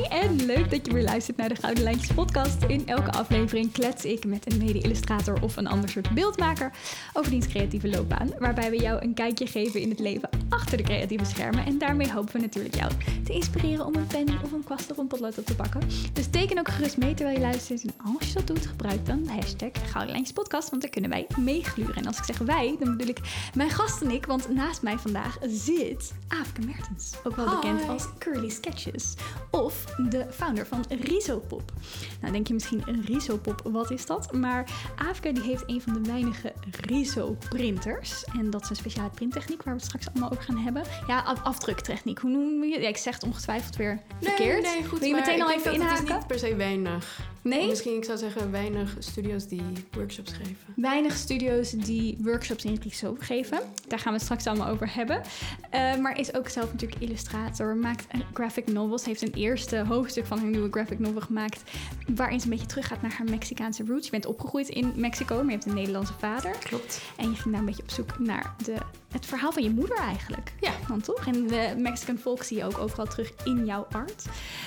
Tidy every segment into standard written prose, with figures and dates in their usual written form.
en leuk dat je weer luistert naar de Gouden Lijntjes podcast. In elke aflevering klets ik met een mede-illustrator of een ander soort beeldmaker over diens creatieve loopbaan, waarbij we jou een kijkje geven in het leven achter de creatieve schermen. En daarmee hopen we natuurlijk jou te inspireren om een pen of een kwast of een potlood op te pakken. Dus teken ook gerust mee terwijl je luistert. En als je dat doet, gebruik dan de hashtag Gouden Lijntjes podcast, want daar kunnen wij meegluren. En als ik zeg wij, dan bedoel ik mijn gast en ik, want naast mij vandaag zit Aafke Mertens, ook wel bekend als Curly Sketches, of de founder van Risopop. Nou, denk je misschien, Risopop, wat is dat? Maar Aafke die heeft een van de weinige Riso-printers. En dat is een speciale printtechniek waar we het straks allemaal over gaan hebben. Ja, afdruktechniek. Hoe noem je het? Ja, ik zeg het ongetwijfeld weer verkeerd. Nee, goed. Wil je meteen al even inhaken? Het is niet per se weinig. Nee? Misschien, ik zou zeggen, weinig studio's die workshops geven. Weinig studio's die workshops in Riso geven. Daar gaan we het straks allemaal over hebben. Maar is ook zelf natuurlijk illustrator. Maakt graphic novels. Heeft een eerste hoofdstuk van haar nieuwe graphic novel gemaakt, waarin ze een beetje teruggaat naar haar Mexicaanse roots. Je bent opgegroeid in Mexico, maar je hebt een Nederlandse vader. Klopt. En je ging daar een beetje op zoek naar het verhaal van je moeder eigenlijk. Ja. Dan toch? En de Mexican folk zie je ook overal terug in jouw art.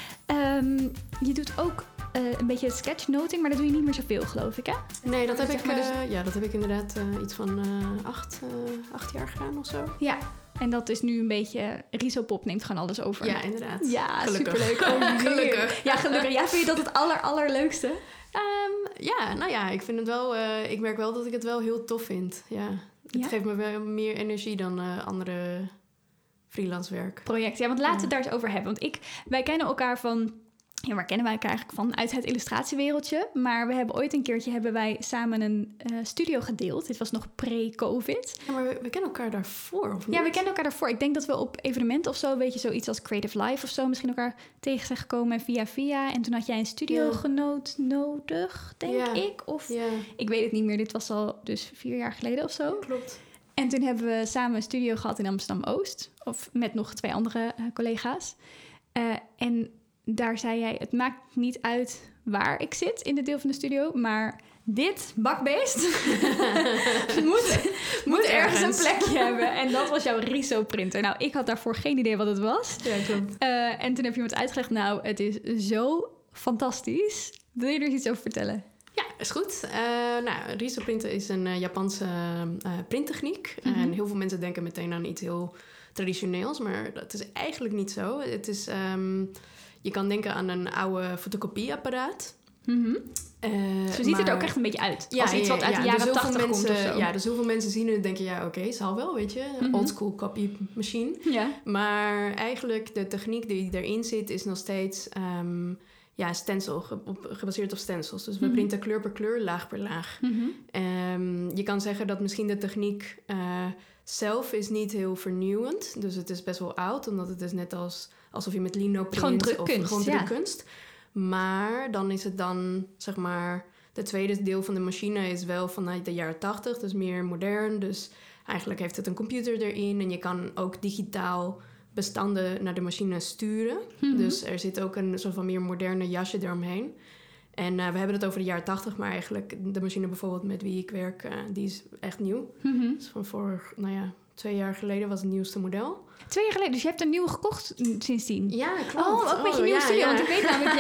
Je doet ook een beetje sketchnoting, maar dat doe je niet meer zoveel, geloof ik, hè? Nee, dat heb zeg ik, maar dat heb ik inderdaad iets van 8 jaar gedaan of zo. Ja. En dat is nu een beetje... Risopop neemt gewoon alles over. Ja, inderdaad. Ja, gelukkig. Superleuk. Gelukkig. Ja, gelukkig. Ja, vind je dat het allerleukste? Ik vind het wel... ik merk wel dat ik het wel heel tof vind. Ja. Het geeft me wel meer energie dan andere freelance werk. Project. Ja, want laten we het daar eens over hebben. Want wij kennen elkaar van... Ja, waar kennen wij elkaar eigenlijk van? Uit het illustratiewereldje. Maar we hebben ooit een keertje samen een studio gedeeld. Dit was nog pre-COVID. Ja, maar we kennen elkaar daarvoor, of niet? Ja, we kennen elkaar daarvoor. Ik denk dat we op evenementen of zo, weet je, zoiets als Creative Life of zo, misschien elkaar tegen zijn gekomen via. En toen had jij een studiogenoot nodig, denk ik. Of ik weet het niet meer. Dit was al dus 4 jaar geleden of zo. Klopt. En toen hebben we samen een studio gehad in Amsterdam-Oost. Of met nog 2 andere collega's. En daar zei jij, het maakt niet uit waar ik zit in dit deel van de studio, maar dit bakbeest moet ergens een plekje hebben. En dat was jouw Riso-printer. Nou, ik had daarvoor geen idee wat het was. Ja, klopt. En toen heb je me het uitgelegd. Nou, het is zo fantastisch. Wil je er iets over vertellen? Ja, is goed. Riso-printen is een Japanse printtechniek. Mm-hmm. En heel veel mensen denken meteen aan iets heel traditioneels, maar dat is eigenlijk niet zo. Het is... je kan denken aan een oude fotocopieapparaat. Mm-hmm. Zo ziet het er ook echt een beetje uit. Als iets wat uit de jaren 80 komt of zo. Ja, dus heel veel mensen zien het en denken... ja, oké, zal wel, weet je. Mm-hmm. Old school copy machine. Ja. Maar eigenlijk de techniek die erin zit... is nog steeds stencil, gebaseerd op stencils. Dus we printen kleur per kleur, laag per laag. Mm-hmm. Je kan zeggen dat misschien de techniek... zelf is niet heel vernieuwend. Dus het is best wel oud, omdat het is net alsof je met lino print. Gewoon drukkunst, of gewoon drukkunst. Maar dan is het dan, zeg maar... de tweede deel van de machine is wel vanuit de jaren 80, dus meer modern. Dus eigenlijk heeft het een computer erin. En je kan ook digitaal bestanden naar de machine sturen. Mm-hmm. Dus er zit ook een soort van meer moderne jasje eromheen. En we hebben het over de jaren 80, maar eigenlijk de machine bijvoorbeeld met wie ik werk, die is echt nieuw. Mm-hmm. Dus van 2 jaar geleden was het nieuwste model. 2 jaar geleden, dus je hebt een nieuwe gekocht sindsdien? Ja, klopt. Oh, ook met je nieuwe studio. Ja. Want ik weet namelijk,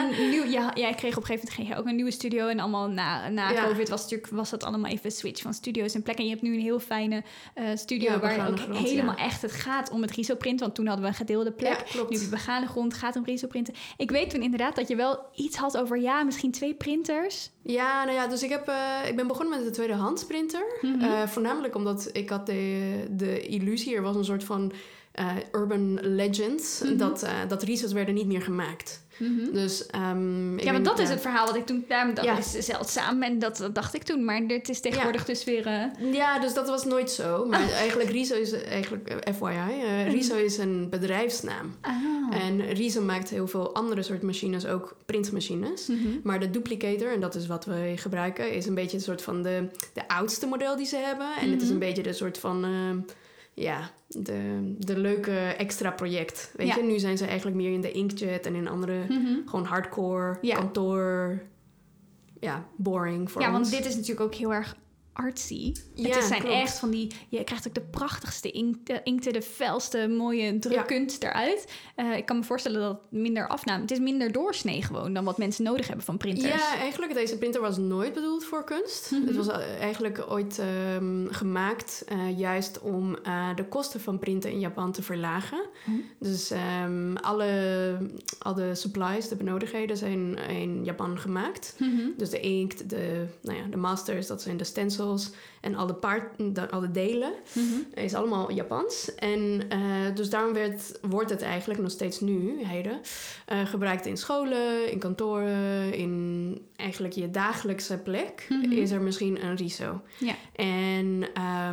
jij kreeg op een gegeven moment ook een nieuwe studio. En allemaal na COVID was dat allemaal even switch van studio's en plekken. En je hebt nu een heel fijne studio waar ook grond, helemaal echt... Het gaat om het Riso-print, want toen hadden we een gedeelde plek. Ja, klopt. Nu heb je begane grond, gaat om Riso-printen. Ik weet toen inderdaad dat je wel iets had over, misschien 2 printers. Ja, dus ik ben begonnen met de tweedehands printer. Mm-hmm. Voornamelijk omdat ik had de illusie, er was een soort van urban legend, dat Riso's werden niet meer gemaakt. Mm-hmm. Dus, want dat is het verhaal wat ik toen... Dat is zeldzaam en dat dacht ik toen. Maar dit is tegenwoordig dus weer... Ja, dus dat was nooit zo. Maar eigenlijk Riso is FYI. Riso is een bedrijfsnaam. Oh. En Riso maakt heel veel andere soort machines, ook printmachines. Mm-hmm. Maar de duplicator, en dat is wat we gebruiken, is een beetje een soort van de oudste model die ze hebben. En het is een beetje de soort van... de leuke extra project. Weet je, nu zijn ze eigenlijk meer in de inkjet en in andere gewoon hardcore, kantoor, boring voor ons. Ja, want dit is natuurlijk ook heel erg artsy. Ja, Het zijn klopt. echt van die... Je krijgt ook de prachtigste inkten, de felste, mooie drukkunst eruit. Ik kan me voorstellen dat het minder afname... Het is minder doorsnee gewoon dan wat mensen nodig hebben van printers. Ja, eigenlijk, deze printer was nooit bedoeld voor kunst. Het was eigenlijk ooit gemaakt juist om de kosten van printen in Japan te verlagen. Dus al de supplies, de benodigdheden zijn in Japan gemaakt. Dus de inkt, de masters, dat zijn de stencils en alle delen is allemaal Japans. En dus daarom wordt het eigenlijk nog steeds nu, heden, gebruikt in scholen, in kantoren, in eigenlijk je dagelijkse plek is er misschien een riso. Ja. En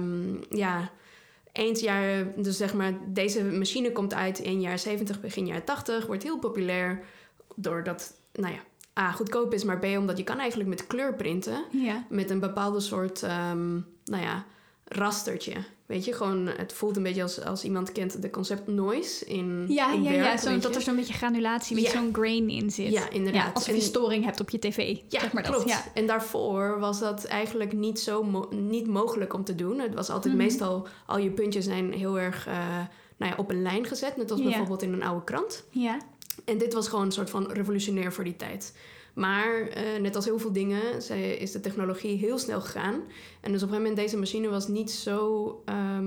eens jaar, dus zeg maar, deze machine komt uit in jaren 70, begin jaren 80, wordt heel populair doordat, A, goedkoop is, maar B, omdat je kan eigenlijk met kleur printen. Ja. Met een bepaalde soort, rastertje. Weet je, gewoon, het voelt een beetje als iemand kent de concept noise in werk. Dat er zo'n beetje granulatie, met zo'n grain in zit. Ja, inderdaad. Ja, alsof je storing hebt op je tv. Ja, zeg maar dat. klopt. Ja. En daarvoor was dat eigenlijk niet mogelijk om te doen. Het was altijd meestal, al je puntjes zijn heel erg op een lijn gezet. Net als bijvoorbeeld in een oude krant. Ja. En dit was gewoon een soort van revolutionair voor die tijd. Maar net als heel veel dingen is de technologie heel snel gegaan. En dus op een gegeven moment deze machine was niet zo...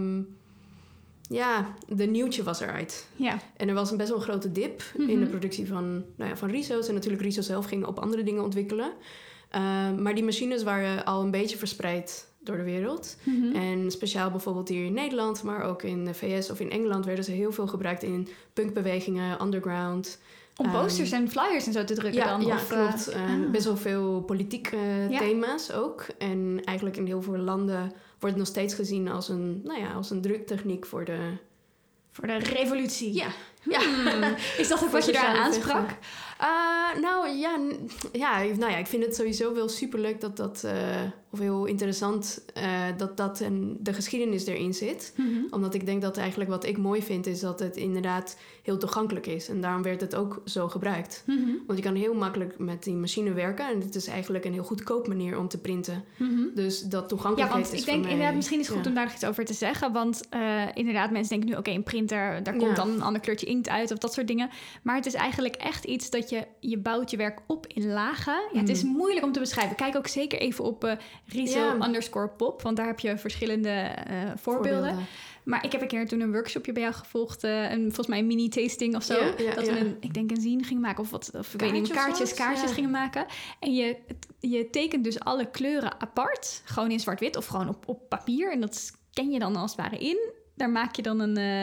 de nieuwtje was eruit. Ja. En er was best wel een grote dip in de productie van riso's. En natuurlijk Riso zelf ging op andere dingen ontwikkelen. Maar die machines waren al een beetje verspreid door de wereld. En speciaal bijvoorbeeld hier in Nederland, maar ook in de VS of in Engeland werden ze heel veel gebruikt in punkbewegingen, underground. Om posters en flyers en zo te drukken dan? Ja, of, klopt. Best wel veel politieke thema's ook. En eigenlijk in heel veel landen wordt het nog steeds gezien als een druktechniek voor de... Voor de revolutie. Ja. Is dat ook wat je daaraan aansprak? Ik vind het sowieso wel superleuk of heel interessant dat de geschiedenis erin zit. Omdat ik denk dat eigenlijk wat ik mooi vind is dat het inderdaad heel toegankelijk is. En daarom werd het ook zo gebruikt. Want je kan heel makkelijk met die machine werken. En het is eigenlijk een heel goedkoop manier om te printen. Dus dat toegankelijkheid is voor mij... Ja, want ik denk inderdaad, misschien is het goed om daar nog iets over te zeggen. Want inderdaad, mensen denken nu, oké, een printer, daar komt dan een ander kleurtje inkt uit of dat soort dingen. Maar het is eigenlijk echt iets dat je bouwt je werk op in lagen. Ja, het is moeilijk om te beschrijven. Kijk ook zeker even op Riso_pop, want daar heb je verschillende voorbeelden. Maar ik heb een keer toen een workshopje bij jou gevolgd, volgens mij een mini-tasting of zo. We een zine gingen maken of ik weet niet, kaartjes gingen maken. En je tekent dus alle kleuren apart, gewoon in zwart-wit of gewoon op papier. En dat scan je dan als het ware in. Daar maak je dan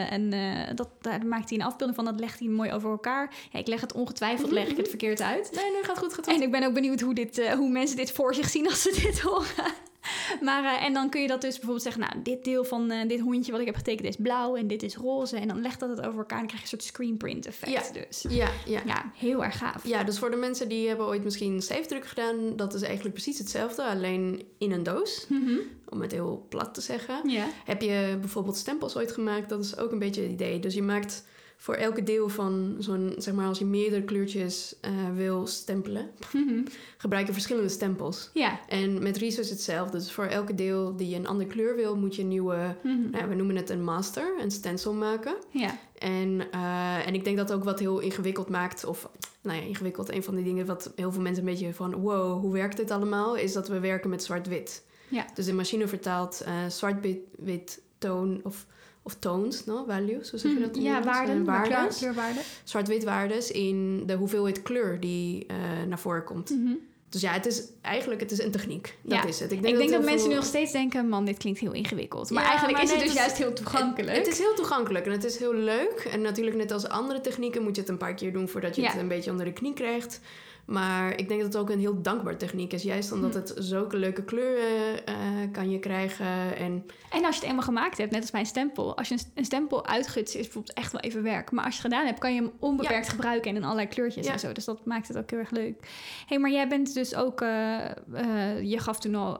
daar maakt hij een afbeelding van, dat legt hij mooi over elkaar. Ja, ik leg het ongetwijfeld, leg ik het verkeerd uit. Nee, gaat goed. En ik ben ook benieuwd hoe mensen dit voor zich zien als ze dit horen. Maar en dan kun je dat dus bijvoorbeeld zeggen, dit deel van dit hondje wat ik heb getekend is blauw en dit is roze. En dan legt dat het over elkaar en dan krijg je een soort screenprint effect. Ja. Dus. Ja, heel erg gaaf. Ja, dus voor de mensen die hebben ooit misschien zeefdruk gedaan, dat is eigenlijk precies hetzelfde, alleen in een doos. Om het heel plat te zeggen. Heb je bijvoorbeeld stempels ooit gemaakt? Dat is ook een beetje het idee. Dus je maakt voor elke deel van zo'n, zeg maar, als je meerdere kleurtjes wil stempelen, gebruik je verschillende stempels. Ja. En met Riso is hetzelfde. Dus voor elke deel die je een andere kleur wil, moet je een nieuwe, we noemen het een master, een stencil maken. Ja. En ik denk dat ook wat heel ingewikkeld maakt, of ingewikkeld, een van die dingen wat heel veel mensen een beetje van, wow, hoe werkt dit allemaal, is dat we werken met zwart-wit. Ja. Dus de machine vertaalt zwart-wit toon of tones, values, hoe zeg je dat? Ja, waarden. Kleurwaarden. Zwart-wit waardes in de hoeveelheid kleur die naar voren komt. Dus ja, het is een techniek. Dat is het. Ik denk dat mensen nu nog steeds denken, man, dit klinkt heel ingewikkeld. Maar eigenlijk is het dus juist heel toegankelijk. Het is heel toegankelijk en het is heel leuk. En natuurlijk net als andere technieken moet je het een paar keer doen voordat je het een beetje onder de knie krijgt. Maar ik denk dat het ook een heel dankbaar techniek is. Juist omdat het zulke leuke kleuren kan je krijgen. En als je het eenmaal gemaakt hebt, net als bij een stempel. Als je een stempel uitgutst, is bijvoorbeeld echt wel even werk. Maar als je het gedaan hebt, kan je hem onbeperkt gebruiken. En in allerlei kleurtjes en zo. Dus dat maakt het ook heel erg leuk. Maar jij bent dus ook... je gaf toen al...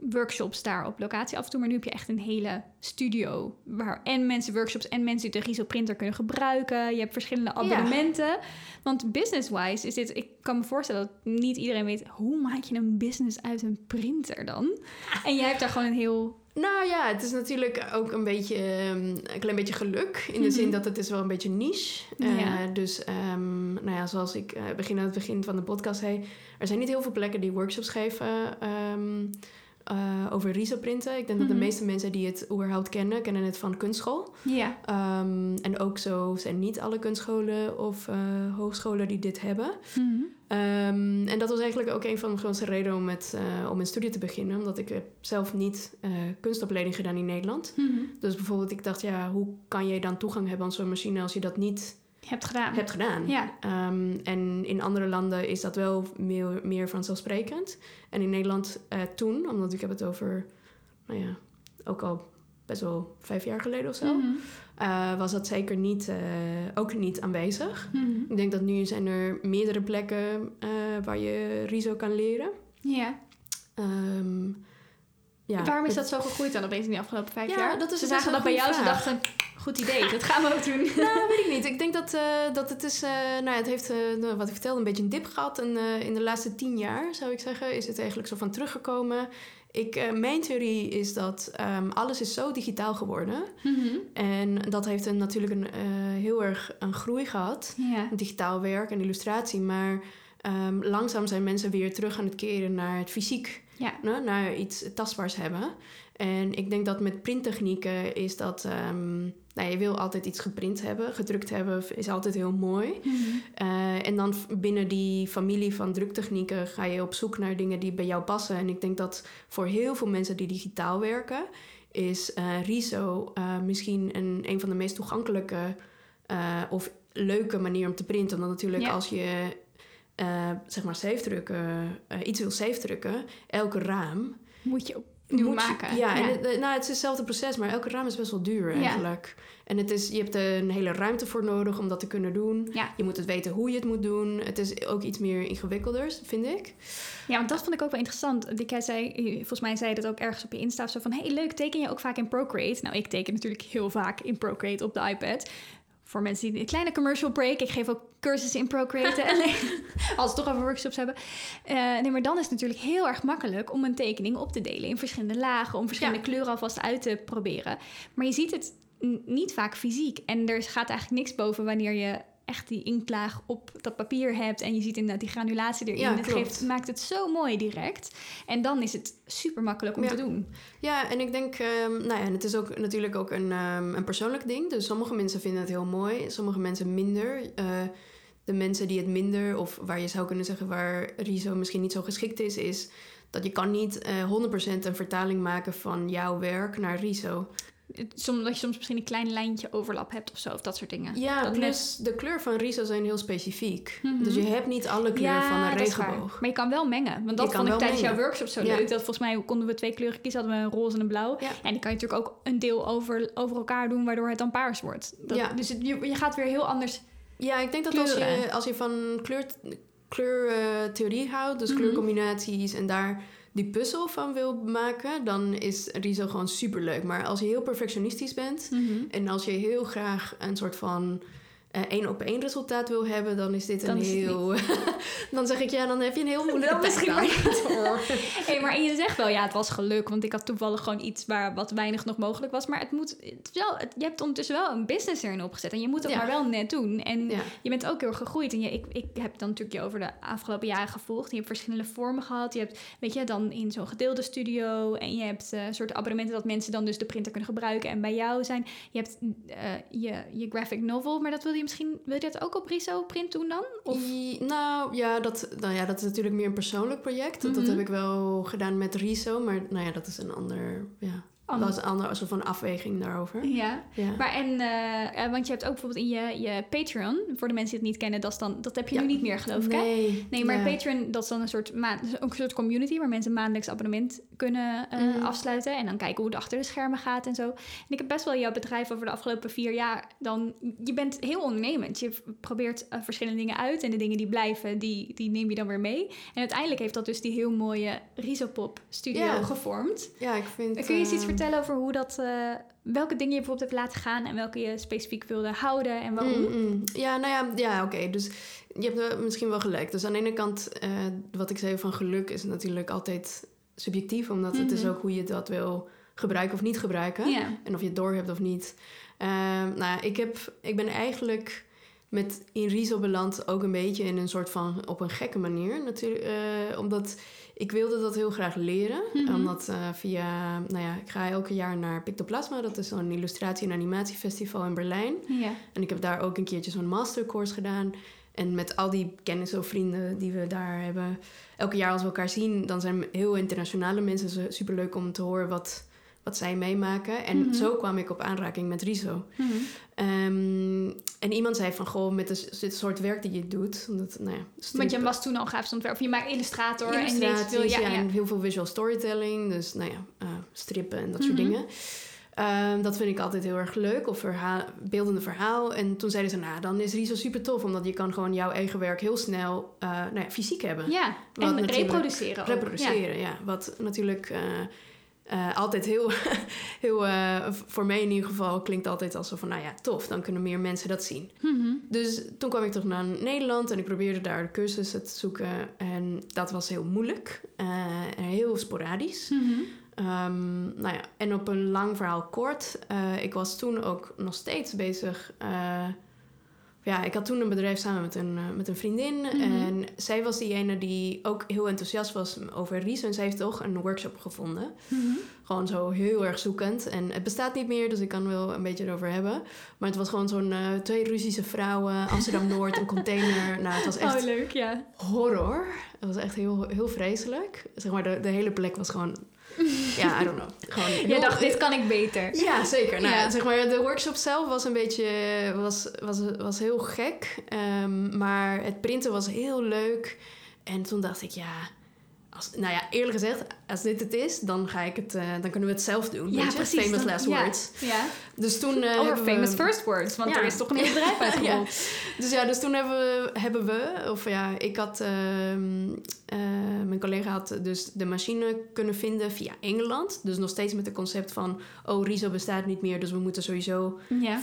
workshops daar op locatie af en toe. Maar nu heb je echt een hele studio waar en mensen workshops en mensen die de Riso printer kunnen gebruiken. Je hebt verschillende abonnementen. Ja. Want business-wise is dit... Ik kan me voorstellen dat niet iedereen weet... Hoe maak je een business uit een printer dan? En jij hebt daar gewoon een heel... Nou ja, het is natuurlijk ook een klein beetje geluk. In de zin dat het is wel een beetje niche. Dus zoals ik aan het begin van de podcast zei... Er zijn niet heel veel plekken die workshops geven... over Riso printen. Ik denk dat de meeste mensen die het überhaupt kennen het van kunstschool. Ja. En ook zo zijn niet alle kunstscholen of hogescholen die dit hebben. En dat was eigenlijk ook een van de grootste redenen om mijn studie te beginnen. Omdat ik heb zelf niet kunstopleiding gedaan in Nederland. Dus bijvoorbeeld ik dacht, hoe kan jij dan toegang hebben aan zo'n machine als je dat niet hebt gedaan. Ja. En in andere landen is dat wel meer vanzelfsprekend. En in Nederland toen, omdat ik heb het over, ook al best wel 5 jaar geleden of zo, was dat zeker ook niet aanwezig. Ik denk dat nu zijn er meerdere plekken waar je Riso kan leren. Ja. Waarom is dat zo gegroeid dan opeens in de afgelopen 5 jaar? Dat is ze zagen dat bij jou, ze dachten, goed idee, dat gaan we ook doen. Nou, weet ik niet. Ik denk dat het is... het heeft, wat ik vertelde, een beetje een dip gehad. En in de laatste 10 jaar, zou ik zeggen, is het eigenlijk zo van teruggekomen. Mijn theorie is dat alles is zo digitaal geworden. En dat heeft natuurlijk heel erg een groei gehad. Ja. Digitaal werk en illustratie. Maar langzaam zijn mensen weer terug aan het keren naar het fysiek. Ja. Naar iets tastbaars hebben. En ik denk dat met printtechnieken is dat... je wil altijd iets geprint hebben. Gedrukt hebben is altijd heel mooi. En dan binnen die familie van druktechnieken... ga je op zoek naar dingen die bij jou passen. En ik denk dat voor heel veel mensen die digitaal werken... is Riso misschien een van de meest toegankelijke... of leuke manier om te printen. Want natuurlijk als je... safe drukken, iets wil safe drukken... elke raam... Moet je opnieuw maken. Ja. En het is hetzelfde proces, maar elke raam is best wel duur eigenlijk. En je hebt een hele ruimte voor nodig om dat te kunnen doen. Ja. Je moet het weten hoe je het moet doen. Het is ook iets meer ingewikkelder, vind ik. Ja, want dat vond ik ook wel interessant. Volgens mij zei je dat ook ergens op je Insta of zo van... hey, leuk, teken je ook vaak in Procreate? Nou, ik teken natuurlijk heel vaak in Procreate op de iPad... Voor mensen die een kleine commercial break. Ik geef ook cursussen in Procreate. Als we het toch over workshops hebben. Maar dan is het natuurlijk heel erg makkelijk om een tekening op te delen in verschillende lagen. Om verschillende kleuren alvast uit te proberen. Maar je ziet het niet vaak fysiek. En er gaat eigenlijk niks boven wanneer je echt die inktlaag op dat papier hebt. En je ziet inderdaad die granulatie erin. Ja, het maakt het zo mooi direct. En dan is het super makkelijk om te doen. Ja, en ik denk... en het is ook natuurlijk ook een persoonlijk ding. Dus sommige mensen vinden het heel mooi. Sommige mensen minder. De mensen die het minder... of waar je zou kunnen zeggen... waar Riso misschien niet zo geschikt is... dat je kan niet 100% een vertaling maken van jouw werk naar Riso. Dat je soms misschien een klein lijntje overlap hebt of zo, of dat soort dingen. Ja, plus de kleur van Riso zijn heel specifiek. Dus je hebt niet alle kleuren van een regenboog. Maar je kan wel mengen. Want dat vond ik tijdens jouw workshop zo leuk. Dat volgens mij konden we 2 kleuren kiezen. Hadden we een roze en een blauw. Ja. En die kan je natuurlijk ook een deel over elkaar doen, waardoor het dan paars wordt. Dus je gaat weer heel anders. Ja, ik denk dat als je van kleurtheorie houdt, dus kleurcombinaties en daar die puzzel van wil maken, dan is Riso gewoon superleuk. Maar als je heel perfectionistisch bent en als je heel graag een soort van 1-op-1 resultaat wil hebben, dan is dit dan zeg ik, dan heb je een heel moeilijke tijd dan. Hey, maar en je zegt wel, het was geluk, want ik had toevallig gewoon iets wat weinig nog mogelijk was. Maar je hebt ondertussen wel een business erin opgezet en je moet het maar wel net doen. En je bent ook heel erg gegroeid. En ik heb dan natuurlijk je over de afgelopen jaren gevolgd. Je hebt verschillende vormen gehad. Je hebt, dan in zo'n gedeelde studio en je hebt een soort abonnementen dat mensen dan dus de printer kunnen gebruiken en bij jou zijn. Je hebt je graphic novel, maar dat wil je dat ook op Riso print doen dan? Of? Dat is natuurlijk meer een persoonlijk project. Dat heb ik wel gedaan met Riso, maar dat is een ander... Dat is een andere soort van afweging daarover. Ja. Maar want je hebt ook bijvoorbeeld in je Patreon, voor de mensen die het niet kennen, dat heb je nu niet meer, geloof ik. Nee, maar Patreon, dat is dan een soort community waar mensen een maandelijks abonnement kunnen afsluiten. En dan kijken hoe het achter de schermen gaat en zo. En ik heb best wel jouw bedrijf over de afgelopen 4 jaar... Je bent heel ondernemend. Je probeert verschillende dingen uit. En de dingen die blijven, die neem je dan weer mee. En uiteindelijk heeft dat dus die heel mooie Rhizopop studio gevormd. Ja, ik vind... Kun je eens iets vertellen over hoe dat... welke dingen je bijvoorbeeld hebt laten gaan... en welke je specifiek wilde houden en waarom? Ja, oké. Dus je hebt misschien wel gelijk. Dus aan de ene kant, wat ik zei van geluk... is natuurlijk altijd subjectief... omdat het is ook hoe je dat wil gebruiken of niet gebruiken. Yeah. En of je het door hebt of niet. Ik ben eigenlijk in Rhizo beland... ook een beetje in een soort van... op een gekke manier natuurlijk. Omdat... Ik wilde dat heel graag leren. Omdat ik ga elke jaar naar Pictoplasma. Dat is zo'n illustratie- en animatiefestival in Berlijn. Ja. En ik heb daar ook een keertje zo'n mastercourse gedaan. En met al die kennis of vrienden die we daar hebben... elke jaar als we elkaar zien... dan zijn heel internationale mensen superleuk om te horen wat zij meemaken. En zo kwam ik op aanraking met Rhizo. En iemand zei van, goh, met dit soort werk die je doet... Want je was toen al grafisch ontwerper. Je maakt illustrator en en heel veel visual storytelling. Dus strippen en dat soort dingen. Dat vind ik altijd heel erg leuk. Of beeldende verhaal. En toen zeiden ze, dan is Rhizo super tof. Omdat je kan gewoon jouw eigen werk heel snel fysiek hebben. Ja, en reproduceren ook. Ja. Wat natuurlijk... altijd heel, voor mij in ieder geval klinkt altijd alsof van, tof, dan kunnen meer mensen dat zien. Dus toen kwam ik terug naar Nederland en ik probeerde daar de cursussen te zoeken en dat was heel moeilijk en heel sporadisch. En op een lang verhaal kort, ik was toen ook nog steeds bezig... ik had toen een bedrijf samen met een vriendin. En zij was diegene die ook heel enthousiast was over Rhizo. En zij heeft toch een workshop gevonden. Gewoon zo heel erg zoekend. En het bestaat niet meer, dus ik kan wel een beetje erover hebben. Maar het was gewoon zo'n 2 Russische vrouwen, Amsterdam-Noord, een container. Nou, het was echt leuk, ja. Horror. Het was echt heel, heel vreselijk. Zeg maar, de hele plek was gewoon... Ja, I don't know. Gewoon je dacht, dit kan ik beter. Ja, zeker. Zeg maar, de workshop zelf was een beetje... was heel gek. Maar het printen was heel leuk. En toen dacht ik, eerlijk gezegd, als dit het is, dan kunnen we het zelf doen. Ja, precies. Famous last words. Ja. Dus toen famous first words, want er is toch een heel bedrijf uitgerold. Dus toen ik had... mijn collega had dus de machine kunnen vinden via Engeland. Dus nog steeds met het concept van... Rhizo bestaat niet meer, dus we moeten sowieso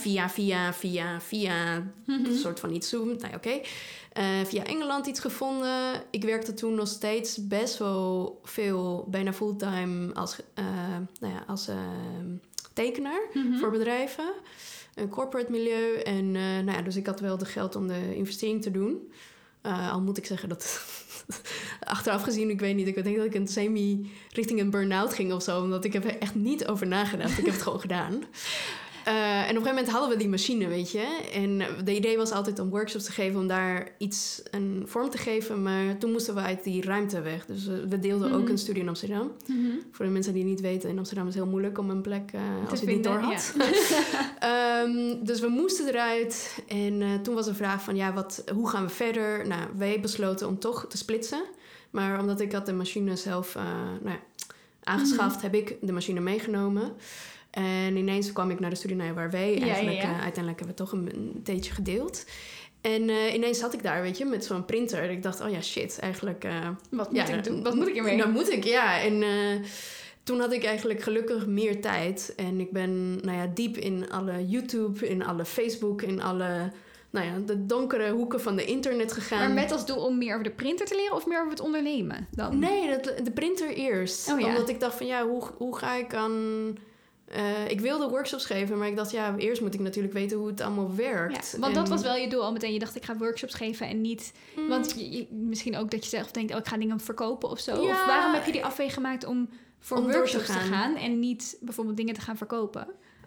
via een soort van iets doen. Via Engeland iets gevonden. Ik werkte toen nog steeds best wel veel, bijna fulltime als tekenaar voor bedrijven. Een corporate milieu. En dus ik had wel de geld om de investering te doen. Al moet ik zeggen dat... achteraf gezien, ik weet niet, ik denk dat ik een richting een burn-out ging of zo. Omdat ik heb er echt niet over nagedacht. Ik heb het gewoon gedaan. En op een gegeven moment hadden we die machine, weet je. En de idee was altijd om workshops te geven... om daar een vorm te geven. Maar toen moesten we uit die ruimte weg. Dus we deelden ook een studio in Amsterdam. Voor de mensen die het niet weten... in Amsterdam is het heel moeilijk om een plek... als je het niet door had. Ja. Dus we moesten eruit. En toen was de vraag van... hoe gaan we verder? Nou, wij besloten om toch te splitsen. Maar omdat ik had de machine zelf aangeschaft... heb ik de machine meegenomen... En ineens kwam ik naar de studio waar wij eigenlijk... uiteindelijk hebben we toch een theetje gedeeld. En ineens zat ik daar, weet je, met zo'n printer. En ik dacht, shit, eigenlijk... Wat moet ik doen? Wat moet ik ermee? Dat moet ik, ja. En toen had ik eigenlijk gelukkig meer tijd. En ik ben diep in alle YouTube, in alle Facebook, in alle... de donkere hoeken van de internet gegaan. Maar met als doel om meer over de printer te leren of meer over het ondernemen dan? Nee, de printer eerst. Omdat ik dacht van, hoe ga ik aan... ik wilde workshops geven, maar ik dacht... eerst moet ik natuurlijk weten hoe het allemaal werkt. Ja, want dat was wel je doel al meteen. Je dacht, ik ga workshops geven en niet... Want misschien ook dat je zelf denkt... ik ga dingen verkopen of zo. Ja. Of waarom heb je die afweging gemaakt om workshops te gaan... en niet bijvoorbeeld dingen te gaan verkopen?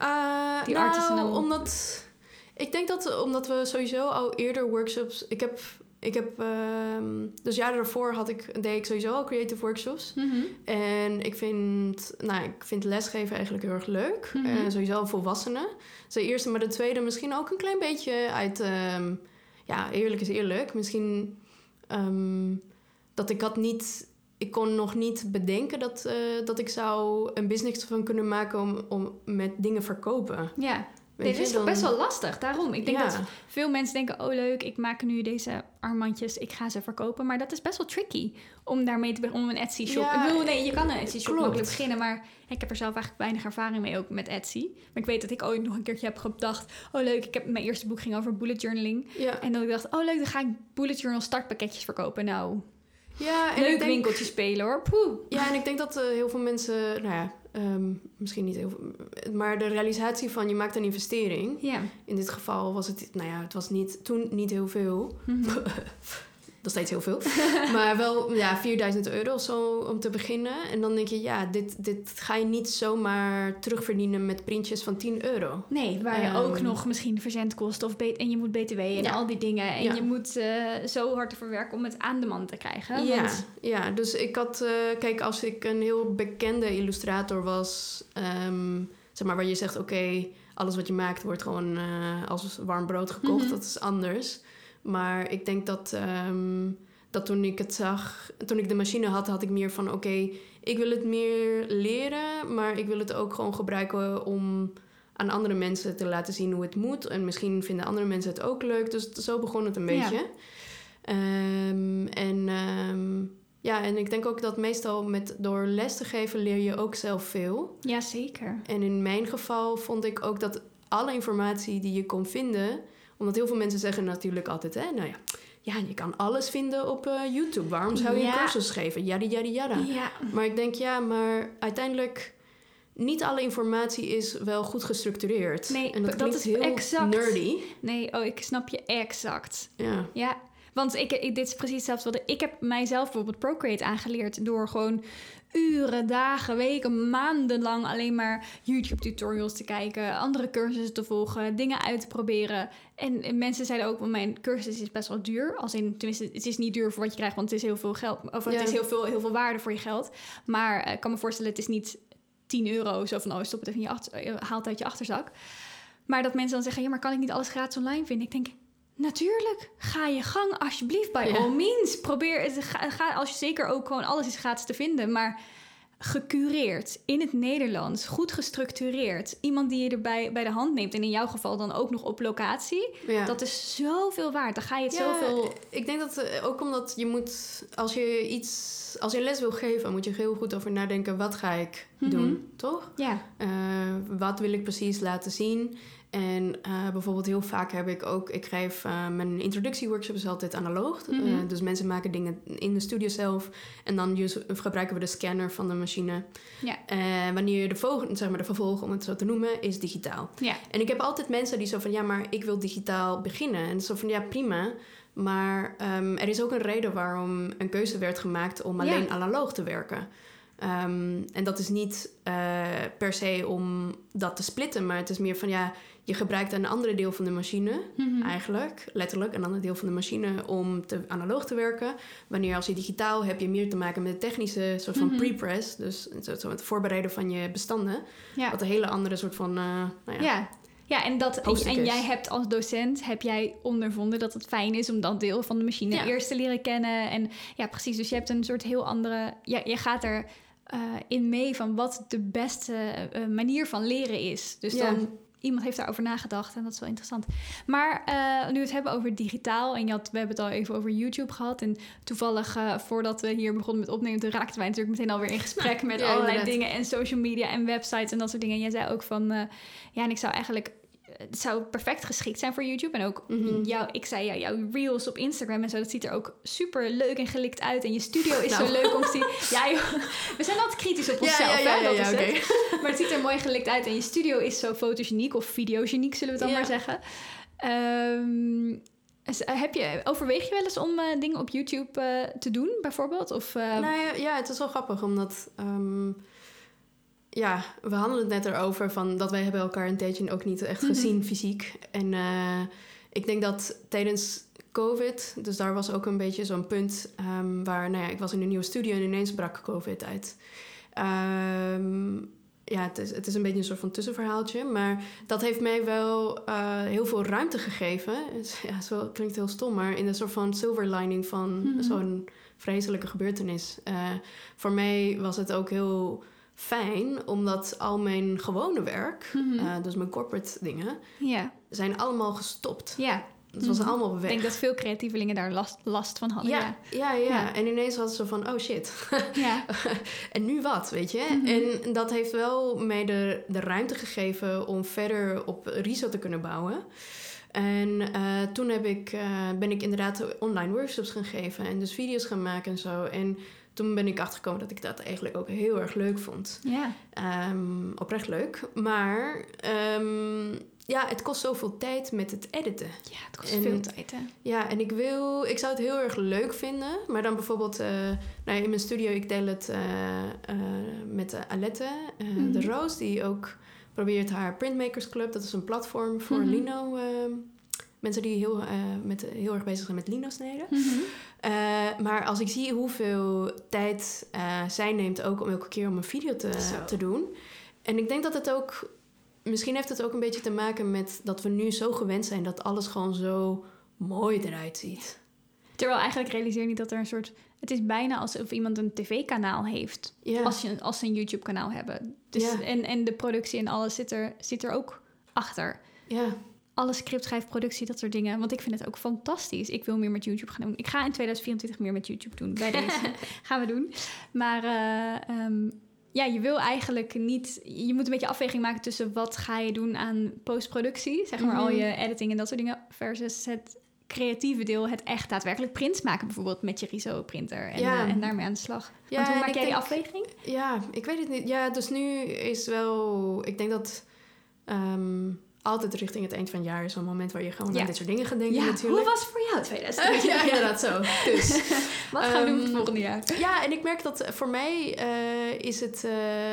Omdat... Ik denk omdat we sowieso al eerder workshops... Ik heb dus jaren daarvoor deed ik sowieso al creative workshops. En ik vind lesgeven eigenlijk heel erg leuk. Sowieso volwassenen. Dat is de eerste, maar de tweede misschien ook een klein beetje uit... eerlijk is eerlijk. Misschien dat ik had niet ik kon nog niet bedenken dat ik zou een business van kunnen maken om met dingen verkopen. Ja. Dit is toch best wel lastig, daarom. Ik denk dat veel mensen denken, oh leuk, ik maak nu deze armbandjes, ik ga ze verkopen. Maar dat is best wel tricky om daarmee te beginnen, om een Etsy shop. Ja, ik bedoel, nee, je kan een Etsy shop makkelijk beginnen, maar ik heb er zelf eigenlijk weinig ervaring mee, ook met Etsy. Maar ik weet dat ik ooit nog een keertje heb gedacht, oh leuk, mijn eerste boek ging over bullet journaling. Ja. En dat ik dacht, oh leuk, dan ga ik bullet journal startpakketjes verkopen. Nou, ja, en leuk winkeltje spelen hoor. Poeh. Ja, en ik denk dat heel veel mensen, misschien niet heel veel, maar de realisatie van je maakt een investering. Ja. In dit geval was het, het was toen niet heel veel. Mm-hmm. Nog steeds heel veel. Maar wel €4.000 of zo om te beginnen. En dan denk je, dit ga je niet zomaar terugverdienen met printjes van €10. Nee, waar je ook nog misschien verzendkosten en je moet BTW en al die dingen. En je moet zo hard ervoor werken om het aan de man te krijgen. Ja, dus ik had... kijk, als ik een heel bekende illustrator was... zeg maar waar je zegt, oké, alles wat je maakt wordt gewoon als warm brood gekocht. Mm-hmm. Dat is anders. Maar ik denk dat toen ik het zag... Toen ik de machine had ik meer van... Oké, ik wil het meer leren... maar ik wil het ook gewoon gebruiken om aan andere mensen te laten zien hoe het moet. En misschien vinden andere mensen het ook leuk. Dus zo begon het een beetje. En ik denk ook dat meestal door les te geven... leer je ook zelf veel. Ja, zeker. En in mijn geval vond ik ook dat alle informatie die je kon vinden... Omdat heel veel mensen zeggen natuurlijk altijd... je kan alles vinden op YouTube. Waarom zou je een cursus geven? Yada. Ja. Maar ik denk, maar uiteindelijk... Niet alle informatie is wel goed gestructureerd. Nee, en dat is heel exact. Nerdy. Nee, ik snap je exact. Ja. Want dit is precies hetzelfde. Ik heb mijzelf bijvoorbeeld Procreate aangeleerd... door gewoon uren, dagen, weken, maandenlang... alleen maar YouTube-tutorials te kijken... andere cursussen te volgen, dingen uit te proberen. En mensen zeiden ook... mijn cursus is best wel duur. Tenminste, het is niet duur voor wat je krijgt... want het is heel veel geld. Of het is heel veel waarde voor je geld. Maar ik kan me voorstellen... het is niet €10... zo van, stop het even haalt uit je achterzak. Maar dat mensen dan zeggen... maar kan ik niet alles gratis online vinden? Ik denk... Natuurlijk, ga je gang alsjeblieft bij all means. Probeer het, ga als je zeker ook gewoon alles is gratis te vinden, maar gecureerd, in het Nederlands, goed gestructureerd. Iemand die je erbij bij de hand neemt en in jouw geval dan ook nog op locatie. Ja. Dat is zoveel waard. Dan ga je het zoveel... Ik denk dat ook omdat je moet, als je les wil geven, moet je heel goed over nadenken, wat ga ik doen, toch? Ja. Wat wil ik precies laten zien? En bijvoorbeeld heel vaak ik geef mijn introductieworkshops altijd analoog. Mm-hmm. Dus mensen maken dingen in de studio zelf. En dan gebruiken we de scanner van de machine. Ja. Wanneer de vervolg, om het zo te noemen, is digitaal. Ja. En ik heb altijd mensen die zo van, maar ik wil digitaal beginnen. En zo van, prima. Maar er is ook een reden waarom een keuze werd gemaakt om alleen analoog te werken. En dat is niet per se om dat te splitten, maar het is meer van je gebruikt een andere deel van de machine, eigenlijk, letterlijk, een ander deel van de machine om analoog te werken. Wanneer als je digitaal heb je meer te maken met de technische soort van pre-press, dus het voorbereiden van je bestanden, wat een hele andere soort van, Ja, en jij hebt als docent ondervonden dat het fijn is om dat deel van de machine eerst te leren kennen. En ja, precies. Dus je hebt een soort heel andere... je gaat er in mee van wat de beste manier van leren is. Dus dan... Iemand heeft daarover nagedacht en dat is wel interessant. Maar nu we het hebben over digitaal... en we hebben het al even over YouTube gehad... en toevallig voordat we hier begonnen met opnemen... toen raakten wij natuurlijk meteen alweer in gesprek... met allerlei dingen en social media en websites en dat soort dingen. En jij zei ook van... en ik zou eigenlijk... Het zou perfect geschikt zijn voor YouTube. En ook jouw reels op Instagram en zo... dat ziet er ook super leuk en gelikt uit. En je studio is zo leuk om te zien. We zijn altijd kritisch op onszelf. Maar het ziet er mooi gelikt uit. En je studio is zo fotogeniek of videogeniek, zullen we het dan maar zeggen. Overweeg je wel eens om dingen op YouTube te doen, bijvoorbeeld? Of, het is wel grappig, omdat... we hadden het net erover van dat wij hebben elkaar een tijdje ook niet echt gezien fysiek. En ik denk dat tijdens COVID, dus daar was ook een beetje zo'n punt waar, ik was in een nieuwe studio en ineens brak COVID uit. het is een beetje een soort van tussenverhaaltje. Maar dat heeft mij wel heel veel ruimte gegeven. Ja, zo klinkt heel stom, maar in een soort van silver lining van zo'n vreselijke gebeurtenis. Voor mij was het ook heel fijn, omdat al mijn gewone werk, dus mijn corporate dingen, zijn allemaal gestopt. Ja. Het was allemaal weg. Ik denk dat veel creatievelingen daar last van hadden. Ja. En ineens hadden ze van, oh shit. Ja. En nu wat, weet je? En dat heeft wel mij de ruimte gegeven om verder op RISO te kunnen bouwen. En toen ben ik inderdaad online workshops gaan geven en dus video's gaan maken en zo. En toen ben ik achtergekomen dat ik dat eigenlijk ook heel erg leuk vond. Ja. Oprecht leuk. Maar het kost zoveel tijd met het editen. Ja, het kost veel tijd, hè? Ja, en ik zou het heel erg leuk vinden. Maar dan bijvoorbeeld in mijn studio, ik deel het met Alette de Roos, die ook probeert haar Printmakers Club. Dat is een platform voor lino. Mensen die heel erg bezig zijn met lino snijden. Maar als ik zie hoeveel tijd zij neemt ook om elke keer om een video te doen. En ik denk dat het ook... Misschien heeft het ook een beetje te maken met dat we nu zo gewend zijn dat alles gewoon zo mooi eruit ziet. Terwijl eigenlijk realiseer je niet dat er een soort... Het is bijna alsof iemand een tv-kanaal heeft. Ja. Als ze een YouTube-kanaal hebben. Dus, en de productie en alles zit er ook achter. Ja. Alle scriptschrijfproductie, dat soort dingen. Want ik vind het ook fantastisch. Ik wil meer met YouTube gaan doen. Ik ga in 2024 meer met YouTube doen. Bij deze gaan we doen. Maar je wil eigenlijk niet... Je moet een beetje afweging maken tussen wat ga je doen aan postproductie. Zeg maar al je editing en dat soort dingen. Versus het creatieve deel, het echt daadwerkelijk prints maken. Bijvoorbeeld met je RISO-printer en daarmee aan de slag. Ja, want hoe maak jij die afweging? Ja, ik weet het niet. Ja, dus nu is wel... Ik denk dat... altijd richting het eind van het jaar is zo'n moment waar je gewoon aan dit soort dingen gaat denken natuurlijk. Hoe was het voor jou 2020? Ja, inderdaad zo. Dus, wat gaan we doen het volgende jaar? Ja, en ik merk dat voor mij is het...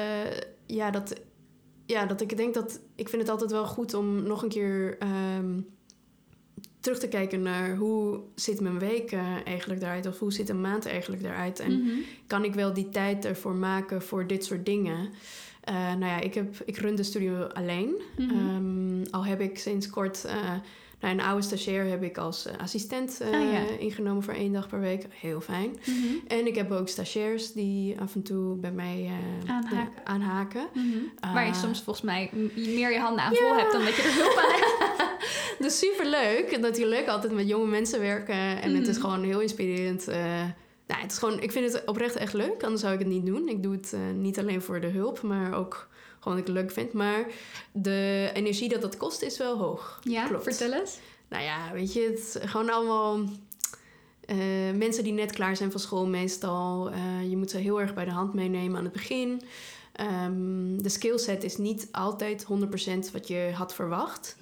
dat ik denk dat... Ik vind het altijd wel goed om nog een keer terug te kijken naar hoe zit mijn week eigenlijk eruit? Of hoe zit een maand eigenlijk eruit? En kan ik wel die tijd ervoor maken voor dit soort dingen? Ik run de studio alleen. Al heb ik sinds kort een oude stagiair heb ik als assistent ingenomen voor 1 dag per week. Heel fijn. En ik heb ook stagiairs die af en toe bij mij aanhaken. Waar je soms volgens mij meer je handen aan vol hebt dan dat je er hulp aan hebt. Dus superleuk. Natuurlijk altijd met jonge mensen werken. En het is gewoon heel inspirerend. Het is gewoon, ik vind het oprecht echt leuk. Anders zou ik het niet doen. Ik doe het niet alleen voor de hulp, maar ook gewoon dat ik het leuk vind. Maar de energie dat kost is wel hoog. Ja, klopt. Vertel eens. Nou ja, weet je, het is gewoon allemaal mensen die net klaar zijn van school meestal. Je moet ze heel erg bij de hand meenemen aan het begin. De skillset is niet altijd 100% wat je had verwacht.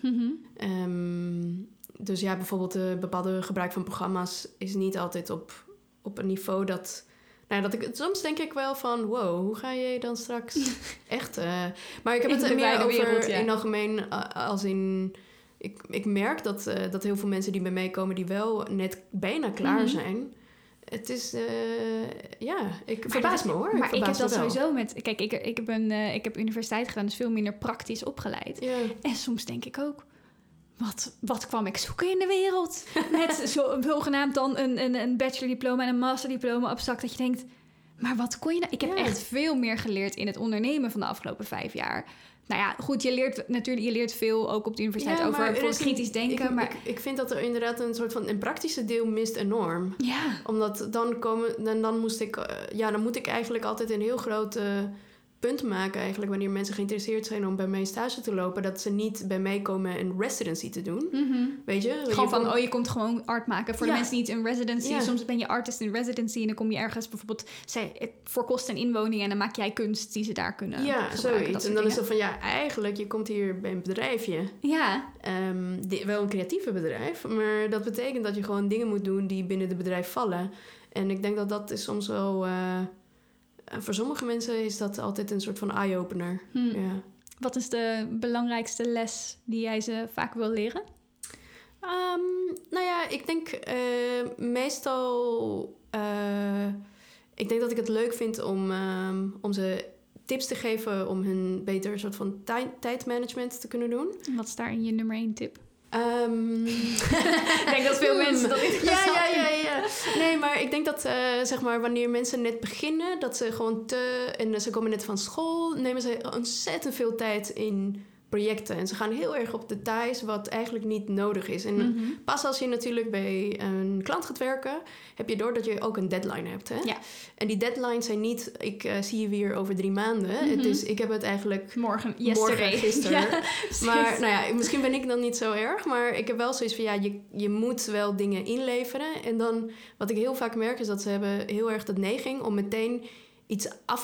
Dus ja, bijvoorbeeld de bepaalde gebruik van programma's is niet altijd op een niveau dat soms denk ik wel van... wow, hoe ga je dan straks echt... maar ik heb het meer over in het algemeen als in... Ik merk dat heel veel mensen die bij mij komen... die wel net bijna klaar zijn... Het is... ik verbaas me hoor. Maar ik heb dat sowieso met... Kijk, ik heb universiteit gedaan... dus veel minder praktisch opgeleid. Yeah. En soms denk ik ook... Wat kwam ik zoeken in de wereld? Met zogenaamd dan een bachelordiploma en een masterdiploma abstract. Dat je denkt, maar wat kon je nou? Ik heb echt veel meer geleerd in het ondernemen van de afgelopen 5 jaar. Nou ja, goed, je leert veel ook op de universiteit over kritisch denken. Ik vind dat er inderdaad een soort van... een praktische deel mist enorm. Ja. Omdat dan moet ik eigenlijk altijd een heel grote... punt maken eigenlijk wanneer mensen geïnteresseerd zijn om bij mij stage te lopen, dat ze niet bij mij komen een residency te doen. Weet je? Je komt gewoon art maken voor de mensen die niet een residency. Ja. Soms ben je artist in residency en dan kom je ergens bijvoorbeeld voor kosten en inwoning en dan maak jij kunst die ze daar kunnen gebruiken. Zoiets. En dan is het van eigenlijk, je komt hier bij een bedrijfje. Ja. Wel een creatieve bedrijf, maar dat betekent dat je gewoon dingen moet doen die binnen het bedrijf vallen. En ik denk dat is soms wel... voor sommige mensen is dat altijd een soort van eye-opener. Ja. Wat is de belangrijkste les die jij ze vaak wil leren? Ik denk meestal... ik denk dat ik het leuk vind om ze tips te geven om hun beter een soort van tijdmanagement te kunnen doen. En wat is daarin je nummer 1 tip? Ik denk dat veel mensen dat interessant Ja. Nee, maar ik denk dat zeg maar wanneer mensen net beginnen, dat ze gewoon en ze komen net van school, nemen ze ontzettend veel tijd in projecten. En ze gaan heel erg op details wat eigenlijk niet nodig is. En pas als je natuurlijk bij een klant gaat werken, heb je door dat je ook een deadline hebt. Hè? Ja. En die deadlines zijn niet, ik zie je weer over 3 maanden. Het is, ik heb het eigenlijk morgen gisteren. Ja, maar nou ja, misschien ben ik dan niet zo erg. Maar ik heb wel zoiets van, ja, je moet wel dingen inleveren. En dan, wat ik heel vaak merk, is dat ze hebben heel erg de neiging om meteen iets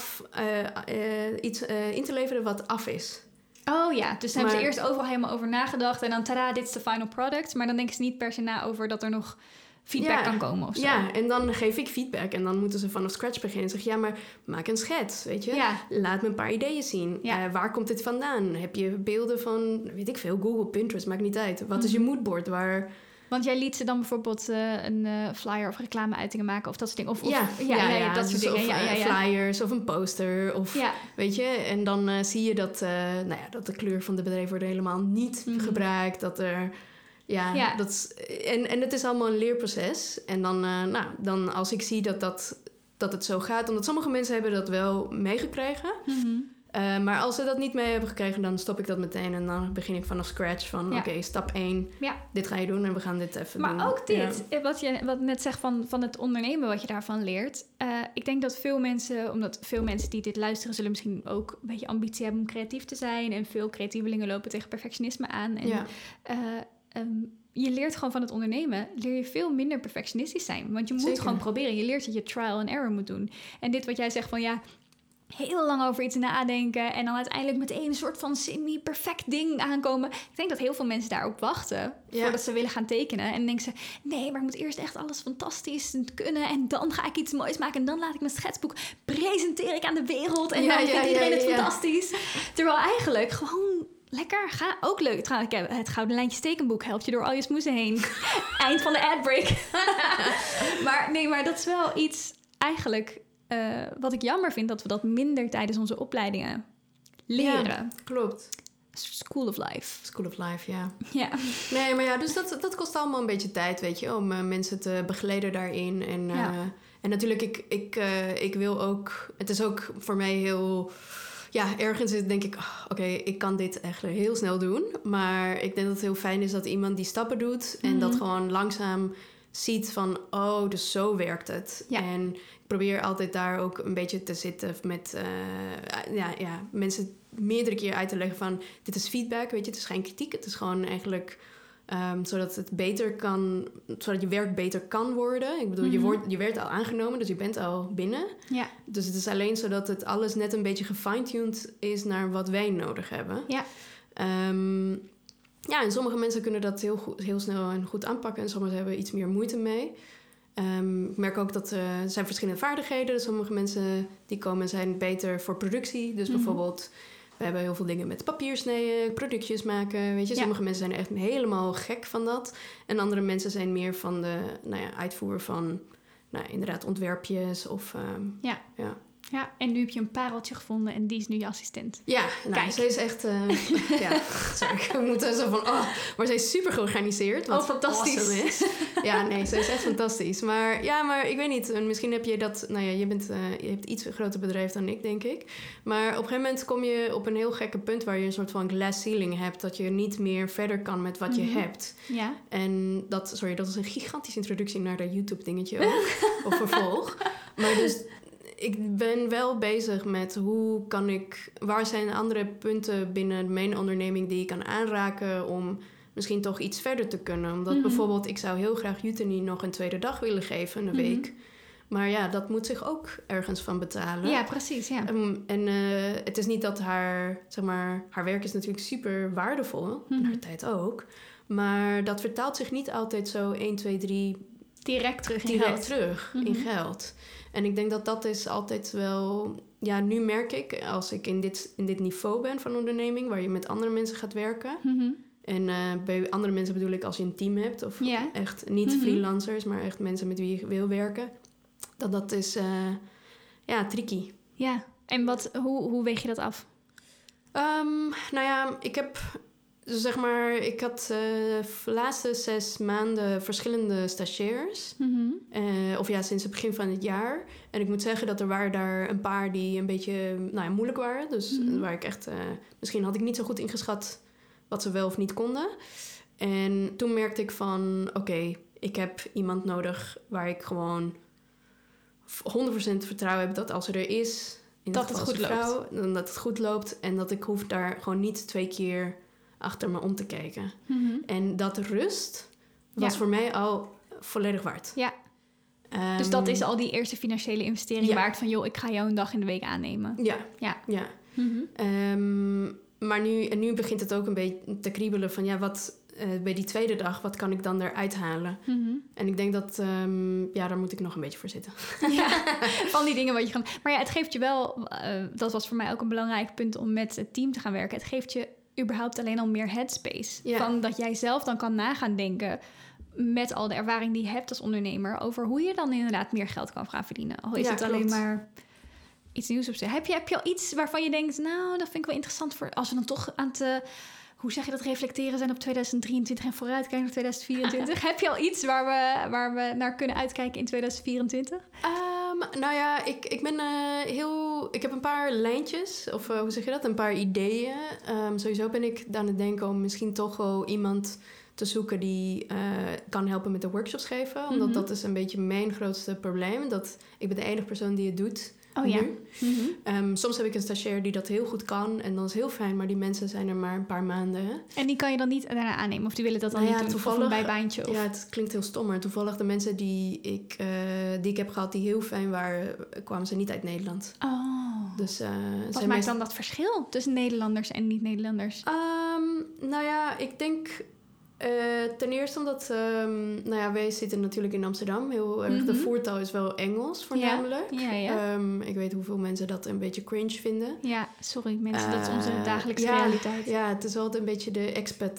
in te leveren wat af is. Oh ja, dus dan hebben ze eerst overal helemaal over nagedacht. En dan, tada, dit is de final product. Maar dan denken ze niet per se na over dat er nog feedback kan komen of zo. Ja, en dan geef ik feedback. En dan moeten ze vanaf scratch beginnen. En zeggen, ja, maar maak een schets, weet je. Ja. Laat me een paar ideeën zien. Ja. Waar komt dit vandaan? Heb je beelden van, weet ik veel, Google, Pinterest, maakt niet uit. Wat is je moodboard? Want jij liet ze dan bijvoorbeeld een flyer of reclameuitingen maken of dat soort dingen? Of dat soort dus dingen. Flyers of een poster. Of, weet je, en dan zie je dat, dat de kleur van de bedrijf wordt helemaal niet gebruikt. Dat er... Ja. Dat is, en het is allemaal een leerproces. En dan als ik zie dat het zo gaat... Omdat sommige mensen hebben dat wel meegekregen. Maar als ze dat niet mee hebben gekregen, dan stop ik dat meteen. En dan begin ik vanaf scratch van... Oké, stap 1, dit ga je doen en we gaan dit even doen. Maar ook dit, wat net zegt van het ondernemen, wat je daarvan leert. Ik denk dat veel mensen, omdat veel mensen die dit luisteren... zullen misschien ook een beetje ambitie hebben om creatief te zijn. En veel creatievelingen lopen tegen perfectionisme aan. En, je leert gewoon van het ondernemen, leer je veel minder perfectionistisch zijn. Want je moet gewoon proberen. Je leert dat je trial and error moet doen. En dit wat jij zegt van heel lang over iets nadenken... en dan uiteindelijk meteen een soort van semi-perfect ding aankomen. Ik denk dat heel veel mensen daarop wachten... voordat ze willen gaan tekenen. En dan denken ze, nee, maar ik moet eerst echt alles fantastisch kunnen... en dan ga ik iets moois maken... en dan laat ik mijn schetsboek presenteer ik aan de wereld... en dan vindt iedereen het fantastisch. Terwijl eigenlijk gewoon... Lekker, ga ook leuk. Trouwens, ik heb het Gouden Lijntjes tekenboek helpt je door al je smoesen heen. Eind van de adbreak. maar dat is wel iets eigenlijk wat ik jammer vind... dat we dat minder tijdens onze opleidingen leren. Ja, klopt. School of Life. School of Life, ja. Ja. Nee, maar ja, dus dat kost allemaal een beetje tijd, weet je... om mensen te begeleiden daarin. En natuurlijk, ik wil ook... Het is ook voor mij heel... Ja, ergens denk ik, oké, ik kan dit echt heel snel doen. Maar ik denk dat het heel fijn is dat iemand die stappen doet... en dat gewoon langzaam ziet van, oh, dus zo werkt het. Ja. En ik probeer altijd daar ook een beetje te zitten met mensen meerdere keer uit te leggen van... dit is feedback, weet je, het is geen kritiek. Het is gewoon eigenlijk... zodat het beter kan, zodat je werk beter kan worden. Ik bedoel, je werd al aangenomen, dus je bent al binnen. Ja. Dus het is alleen zodat het alles net een beetje gefine-tuned is naar wat wij nodig hebben. Ja. En sommige mensen kunnen dat heel snel en goed aanpakken en sommigen hebben iets meer moeite mee. Ik merk ook dat er zijn verschillende vaardigheden. Sommige mensen die komen zijn beter voor productie. Dus bijvoorbeeld... We hebben heel veel dingen met papier snijden, productjes maken. Weet je, sommige mensen zijn echt helemaal gek van dat. En andere mensen zijn meer van de uitvoer van inderdaad ontwerpjes of Ja, en nu heb je een pareltje gevonden en die is nu je assistent. Ja, zij is echt... sorry, ik moet zo van... maar zij is super georganiseerd. Wat fantastisch. Awesome is. Ja, nee, zij is echt fantastisch. Maar ik weet niet. Misschien heb je dat... je hebt iets groter bedrijf dan ik, denk ik. Maar op een gegeven moment kom je op een heel gekke punt... waar je een soort van glass ceiling hebt... dat je niet meer verder kan met wat je hebt. Ja. En dat is een gigantische introductie naar dat YouTube-dingetje ook. Of vervolg. Maar dus... Ik ben wel bezig met waar zijn andere punten binnen mijn onderneming die ik kan aanraken om misschien toch iets verder te kunnen. Omdat bijvoorbeeld, ik zou heel graag Juteni nog een tweede dag willen geven, een week. Maar dat moet zich ook ergens van betalen. Ja, precies, ja. En het is niet dat haar werk is natuurlijk super waardevol. En haar tijd ook. Maar dat vertaalt zich niet altijd zo 1, 2, 3... Direct terug in geld. En ik denk dat is altijd wel... Ja, nu merk ik, als ik in dit niveau ben van onderneming... waar je met andere mensen gaat werken... En bij andere mensen bedoel ik als je een team hebt... of echt niet freelancers, maar echt mensen met wie je wil werken... dat is tricky. Ja. En hoe weeg je dat af? Ik had de laatste 6 maanden verschillende stagiairs. Mm-hmm. Sinds het begin van het jaar. En ik moet zeggen dat er waren daar een paar die een beetje moeilijk waren. Dus waar ik echt... misschien had ik niet zo goed ingeschat wat ze wel of niet konden. En toen merkte ik van... Oké, ik heb iemand nodig waar ik gewoon 100% vertrouwen heb dat als ze er is... dat het goed loopt. Dan dat het goed loopt en dat ik hoef daar gewoon niet 2 keer achter me om te kijken. Mm-hmm. En dat rust was voor mij al volledig waard. Ja. Dus dat is al die eerste financiële investering waard van... ik ga jou een dag in de week aannemen. Ja. Mm-hmm. Maar nu begint het ook een beetje te kriebelen van... wat bij die tweede dag, wat kan ik dan eruit halen? Mm-hmm. En ik denk dat... daar moet ik nog een beetje voor zitten. Ja, van die dingen wat je kan... Maar ja, het geeft je wel... dat was voor mij ook een belangrijk punt om met het team te gaan werken. Het geeft je überhaupt alleen al meer headspace. Ja. Van dat jij zelf dan kan nagaan denken... met al de ervaring die je hebt als ondernemer... over hoe je dan inderdaad meer geld kan gaan verdienen. Al is het alleen maar iets nieuws op zich. Heb je al iets waarvan je denkt... dat vind ik wel interessant voor... als we dan toch aan het... hoe zeg je dat, reflecteren zijn op 2023... en vooruitkijken naar 2024? Heb je al iets waar we naar kunnen uitkijken in 2024? Ik ben ik heb een paar lijntjes, of hoe zeg je dat? Een paar ideeën. Sowieso ben ik aan het denken om misschien toch wel iemand te zoeken die kan helpen met de workshops geven. Omdat dat is een beetje mijn grootste probleem. Ik ben de enige persoon die het doet. Oh ja. Mm-hmm. Soms heb ik een stagiair die dat heel goed kan. En dan is het heel fijn, maar die mensen zijn er maar een paar maanden. Hè? En die kan je dan niet daarna aannemen? Of die willen dat dan niet doen? Toevallig, of een bijbaantje? Of... Ja, het klinkt heel stom. Maar toevallig de mensen die ik heb gehad die heel fijn waren... kwamen ze niet uit Nederland. Oh. Dus, wat maakt dan dat verschil tussen Nederlanders en niet-Nederlanders? Ik denk... ten eerste omdat... wij zitten natuurlijk in Amsterdam. Heel erg. De voertaal is wel Engels voornamelijk. Ja. Ik weet hoeveel mensen dat een beetje cringe vinden. Ja, sorry mensen. Dat is onze dagelijkse realiteit. Ja, het is altijd een beetje de expat.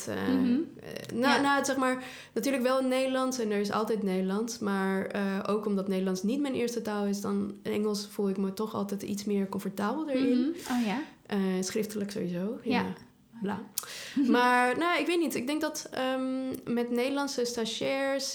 Zeg maar... Natuurlijk wel in Nederlands. En er is altijd Nederlands. Maar ook omdat Nederlands niet mijn eerste taal is... dan in Engels voel ik me toch altijd iets meer comfortabel erin. Mm-hmm. Oh ja. Schriftelijk sowieso. Ja. Bla. Maar ik weet niet. Ik denk dat met Nederlandse stagiairs...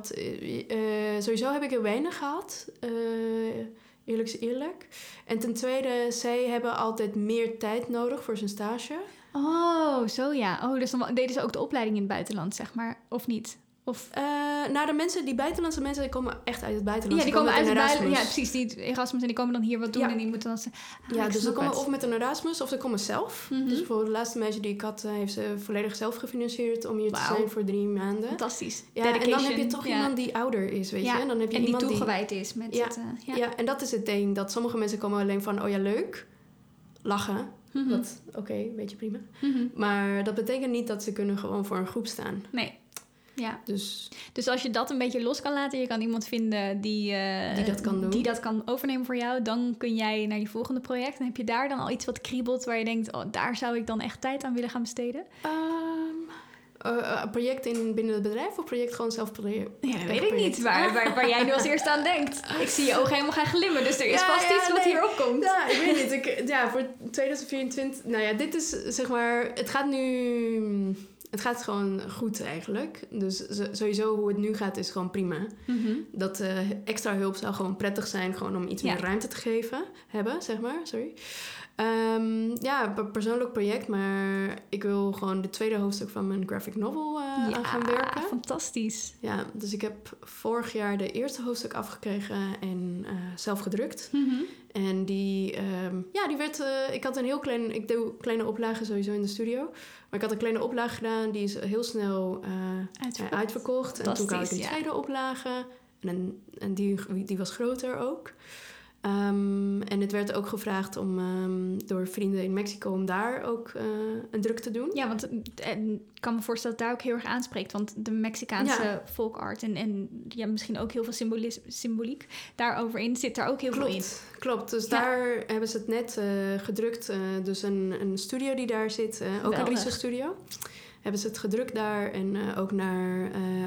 sowieso heb ik er weinig gehad. Eerlijk is eerlijk. En ten tweede, zij hebben altijd meer tijd nodig voor zijn stage. Oh, zo ja. Oh, dus dan deden ze ook de opleiding in het buitenland, zeg maar. Of niet? Of... die buitenlandse mensen die komen echt uit het buitenland. Ja, die komen uit het buitenland. Ja, precies. Die Erasmus en die komen dan hier wat doen en die moeten dan... dus ze komen of met een Erasmus of ze komen zelf. Mm-hmm. Dus bijvoorbeeld de laatste meisje die ik had, heeft ze volledig zelf gefinancierd om hier te zijn voor 3 maanden. Fantastisch. Ja, en dan heb je toch iemand die ouder is, weet je. En dan heb je en iemand die toegewijd is met het... Ja, en dat is het ding. Dat sommige mensen komen alleen van, oh ja, leuk. Lachen. Mm-hmm. Oké, beetje prima. Mm-hmm. Maar dat betekent niet dat ze kunnen gewoon voor een groep staan. Nee. Ja. Dus als je dat een beetje los kan laten... je kan iemand vinden die dat kan doen. Die dat kan overnemen voor jou... dan kun jij naar je volgende project. En heb je daar dan al iets wat kriebelt... waar je denkt, daar zou ik dan echt tijd aan willen gaan besteden? Project binnen het bedrijf of project gewoon zelf proberen? Ja, weet ik niet. Waar jij nu als eerste aan denkt. Ik zie je ogen helemaal gaan glimmen. Dus er is vast iets wat hier opkomt. Ja, ik weet niet. Voor 2024... dit is zeg maar... Het gaat gewoon goed eigenlijk. Dus sowieso hoe het nu gaat is gewoon prima. Mm-hmm. Dat extra hulp zou gewoon prettig zijn... gewoon om iets meer ruimte te hebben, zeg maar. Sorry. Persoonlijk project... maar ik wil gewoon de tweede hoofdstuk van mijn graphic novel aan gaan werken. Fantastisch. Ja, dus ik heb vorig jaar de eerste hoofdstuk afgekregen... en zelf gedrukt. Mm-hmm. En die werd... ik had een heel klein... Ik doe kleine oplagen sowieso in de studio... Maar ik had een kleine oplage gedaan. Die is heel snel uitverkocht. En toen kwam ik een tweede oplage. En die was groter ook. En het werd ook gevraagd door vrienden in Mexico... om daar ook een druk te doen. Ja, want ik kan me voorstellen dat daar ook heel erg aanspreekt. Want de Mexicaanse folkart en misschien ook heel veel symboliek... daarover in zit daar ook heel veel in. Klopt, dus daar hebben ze het net gedrukt. Dus een studio die daar zit, ook een research studio... hebben ze het gedrukt daar en ook naar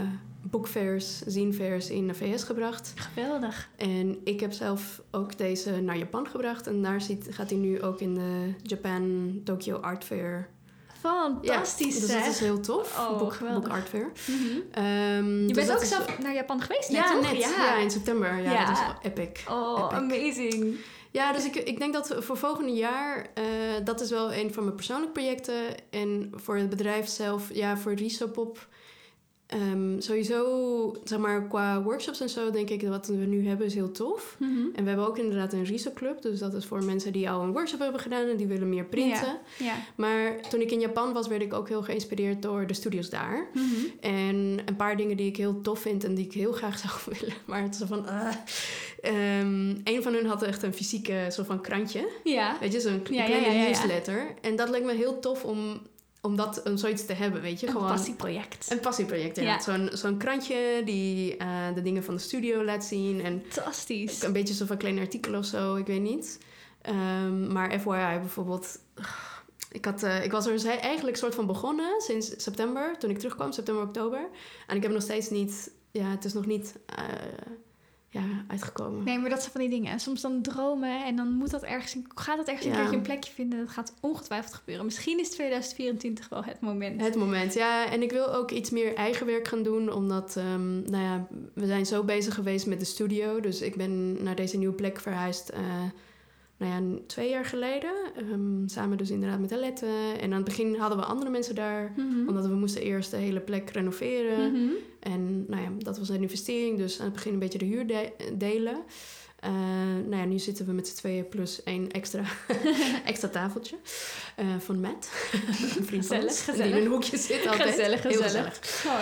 boekfairs, zinefairs in de VS gebracht. Geweldig. En ik heb zelf ook deze naar Japan gebracht. En daar gaat hij nu ook in de Japan Tokyo Art Fair. Fantastisch, dus dat is heel tof. Oh, boek Art Fair. Je bent ook zelf naar Japan geweest, net, toch? Net. Ja, in september. Ja, dat is epic. Oh, epic. Amazing. Ja, dus ik denk dat voor volgende jaar... dat is wel een van mijn persoonlijke projecten. En voor het bedrijf zelf, voor Risopop... sowieso, zeg maar, qua workshops en zo... denk ik dat wat we nu hebben is heel tof. En we hebben ook inderdaad een Riso-club. Dus dat is voor mensen die al een workshop hebben gedaan... en die willen meer printen. Ja. Maar toen ik in Japan was... werd ik ook heel geïnspireerd door de studios daar. En een paar dingen die ik heel tof vind... en die ik heel graag zou willen. Maar het is van... een van hun had echt een fysieke soort van krantje. Ja. Weet je, zo'n kleine newsletter. En dat leek me heel tof om zoiets te hebben, weet je. Een passieproject. Een passieproject, ja. Zo'n krantje die de dingen van de studio laat zien. En fantastisch. Een beetje zo van kleine artikelen of zo, ik weet niet. Maar FYI bijvoorbeeld... Ik was er eigenlijk soort van begonnen sinds september, toen ik terugkwam, september, oktober. En ik heb nog steeds niet... Ja, het is nog niet... uitgekomen. Nee, maar dat zijn van die dingen. En soms dan dromen en dan gaat dat ergens een keertje een plekje vinden. Dat gaat ongetwijfeld gebeuren. Misschien is 2024 wel het moment. Het moment, ja. En ik wil ook iets meer eigen werk gaan doen. Omdat, we zijn zo bezig geweest met de studio. Dus ik ben naar deze nieuwe plek verhuisd... 2 jaar geleden. Samen dus inderdaad met Alette. En aan het begin hadden we andere mensen daar. Omdat we moesten eerst de hele plek renoveren. En dat was een investering. Dus aan het begin een beetje de huur delen. Nu zitten we met z'n tweeën plus 1 extra tafeltje. Van Matt. Een vriend van ons. Die in een hoekje zit altijd. Gezellig. Heel gezellig.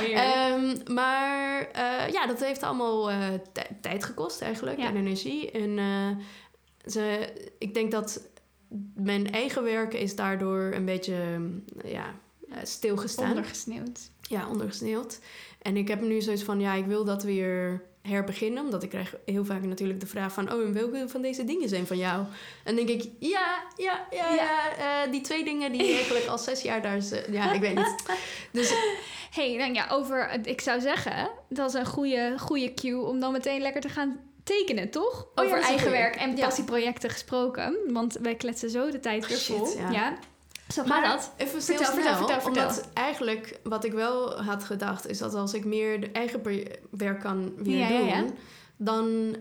Oh, dat heeft allemaal tijd gekost eigenlijk. En energie. En... ik denk dat mijn eigen werk is daardoor een beetje stilgestaan. Ondergesneeuwd. Ja, ondergesneeuwd. En ik heb nu zoiets van, ik wil dat weer herbeginnen. Omdat ik krijg heel vaak natuurlijk de vraag van... en welke van deze dingen zijn van jou? En dan denk ik, die 2 dingen die eigenlijk al 6 jaar daar... ik weet niet. Dus... ik zou zeggen... dat is een goede cue om dan meteen lekker te gaan... tekenen, toch? Over eigen werk en passieprojecten gesproken. Want wij kletsen zo de tijd weer vol. Ja. Zo gaat dat. Even vertel. Omdat eigenlijk wat ik wel had gedacht... is dat als ik meer de eigen werk kan weer doen... dan...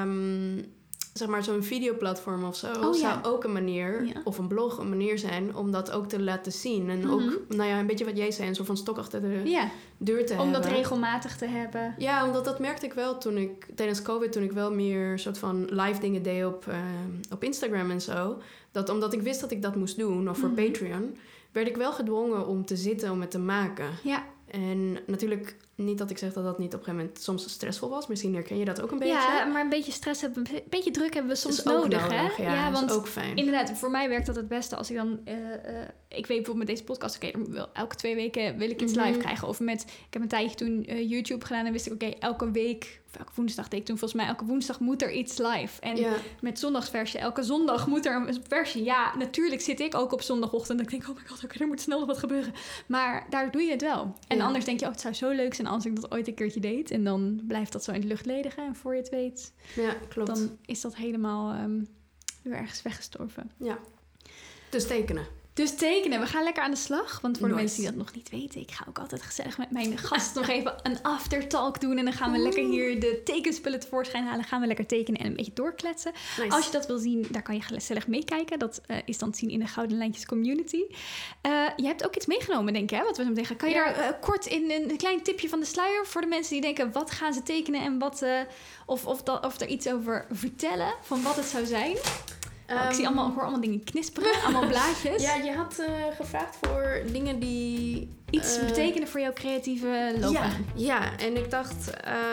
zeg maar zo'n videoplatform of zo... zou ook een manier... of een blog een manier zijn... om dat ook te laten zien. En ook, een beetje wat jij zei... een soort van stok achter de deur te hebben. Om dat regelmatig te hebben. Ja, omdat dat merkte ik wel tijdens COVID... toen ik wel meer soort van live dingen deed op Instagram en zo... dat omdat ik wist dat ik dat moest doen... of voor Patreon... werd ik wel gedwongen om te zitten om het te maken. Ja. En natuurlijk... Niet dat ik zeg dat niet op een gegeven moment soms stressvol was. Misschien herken je dat ook een beetje. Ja, maar een beetje stress hebben, een beetje druk hebben we soms nodig, hè? Ja, want is ook fijn. Inderdaad, voor mij werkt dat het beste als ik dan... ik weet bijvoorbeeld met deze podcast... elke 2 weken wil ik iets live krijgen. Of ik heb een tijdje toen YouTube gedaan... en wist ik, elke week... of elke woensdag deed ik toen volgens mij... elke woensdag moet er iets live. En met zondagsversie, elke zondag moet er een versie. Ja, natuurlijk zit ik ook op zondagochtend... en ik denk, oh my god, er moet snel nog wat gebeuren. Maar daar doe je het wel. En anders denk je, het zou zo leuk zijn... als ik dat ooit een keertje deed. En dan blijft dat zo in de lucht ledigen. En voor je het weet... Ja, klopt. Dan is dat helemaal weer ergens weggestorven. Ja. Dus tekenen. We gaan lekker aan de slag. Want voor de mensen die dat nog niet weten... ik ga ook altijd gezellig met mijn gast nog even een aftertalk doen. En dan gaan we lekker hier de tekenspullen tevoorschijn halen. Gaan we lekker tekenen en een beetje doorkletsen. Nice. Als je dat wil zien, daar kan je gezellig meekijken. Dat is dan te zien in de Gouden Lijntjes community. Je hebt ook iets meegenomen, denk ik, hè? Wat we zo meteen gaan. Kan je daar kort in een klein tipje van de sluier... voor de mensen die denken, wat gaan ze tekenen... en wat, of er iets over vertellen van wat het zou zijn... ik hoor allemaal dingen knisperen, allemaal blaadjes. Ja, je had gevraagd voor dingen die... iets betekenen voor jouw creatieve loopbaan. Ja, en ik dacht...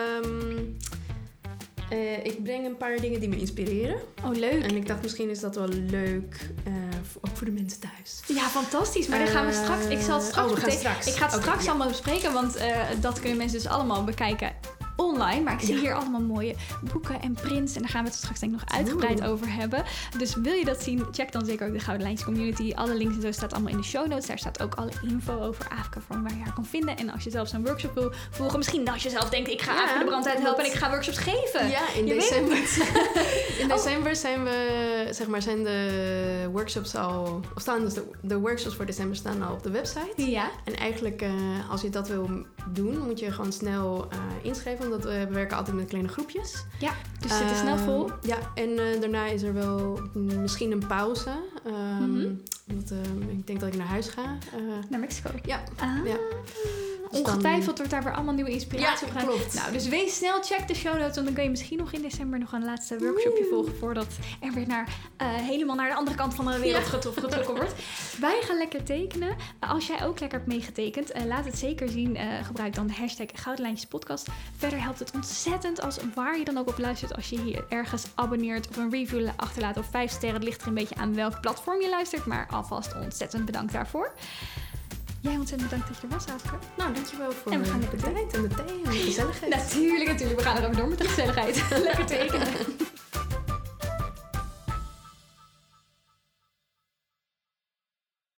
ik breng een paar dingen die me inspireren. Oh, leuk. En ik dacht, misschien is dat wel leuk... ook voor de mensen thuis. Ja, fantastisch. Maar dan gaan we straks... Ik ga het straks allemaal bespreken. Want dat kunnen mensen dus allemaal bekijken... online online. Maar ik zie hier allemaal mooie boeken en prints. En daar gaan we het straks denk ik nog uitgebreid over hebben. Dus wil je dat zien, check dan zeker ook de Gouden Lijntjes community. Alle links en zo staat allemaal in de show notes. Daar staat ook alle info over Aafke, van waar je haar kan vinden. En als je zelf zo'n workshop wil volgen. Misschien als je zelf denkt, ik ga Aafke de Brandtijd helpen en ik ga workshops geven. Ja, in december. In december zijn de workshops al... Of staan dus de workshops voor december staan al op de website. Ja. En eigenlijk, als je dat wil doen, moet je gewoon snel inschrijven. Omdat we werken altijd met kleine groepjes. Ja, dus het is snel vol. Ja, en daarna is er wel misschien een pauze. Omdat ik denk dat ik naar huis ga. Naar Mexico? Ja. Ah. Ja. Dus ongetwijfeld wordt daar weer allemaal nieuwe inspiratie op gaan. Klopt. Nou, dus wees snel, check de show notes. Want dan kun je misschien nog in december nog een laatste workshopje volgen. Voordat er weer helemaal naar de andere kant van de wereld getrokken wordt. Wij gaan lekker tekenen. Als jij ook lekker hebt meegetekend, laat het zeker zien. Gebruik dan de hashtag Gouden Lijntjes Podcast. Verder helpt het ontzettend als waar je dan ook op luistert. Als je hier ergens abonneert of een review achterlaat of 5 sterren. Het ligt er een beetje aan welk platform je luistert. Maar alvast ontzettend bedankt daarvoor. Jij ontzettend bedankt dat je er was, Aafke. Nou, dankjewel voor en we gaan de tijd en de thee en de gezelligheid. Natuurlijk. We gaan er ook door met de gezelligheid. Lekker tekenen.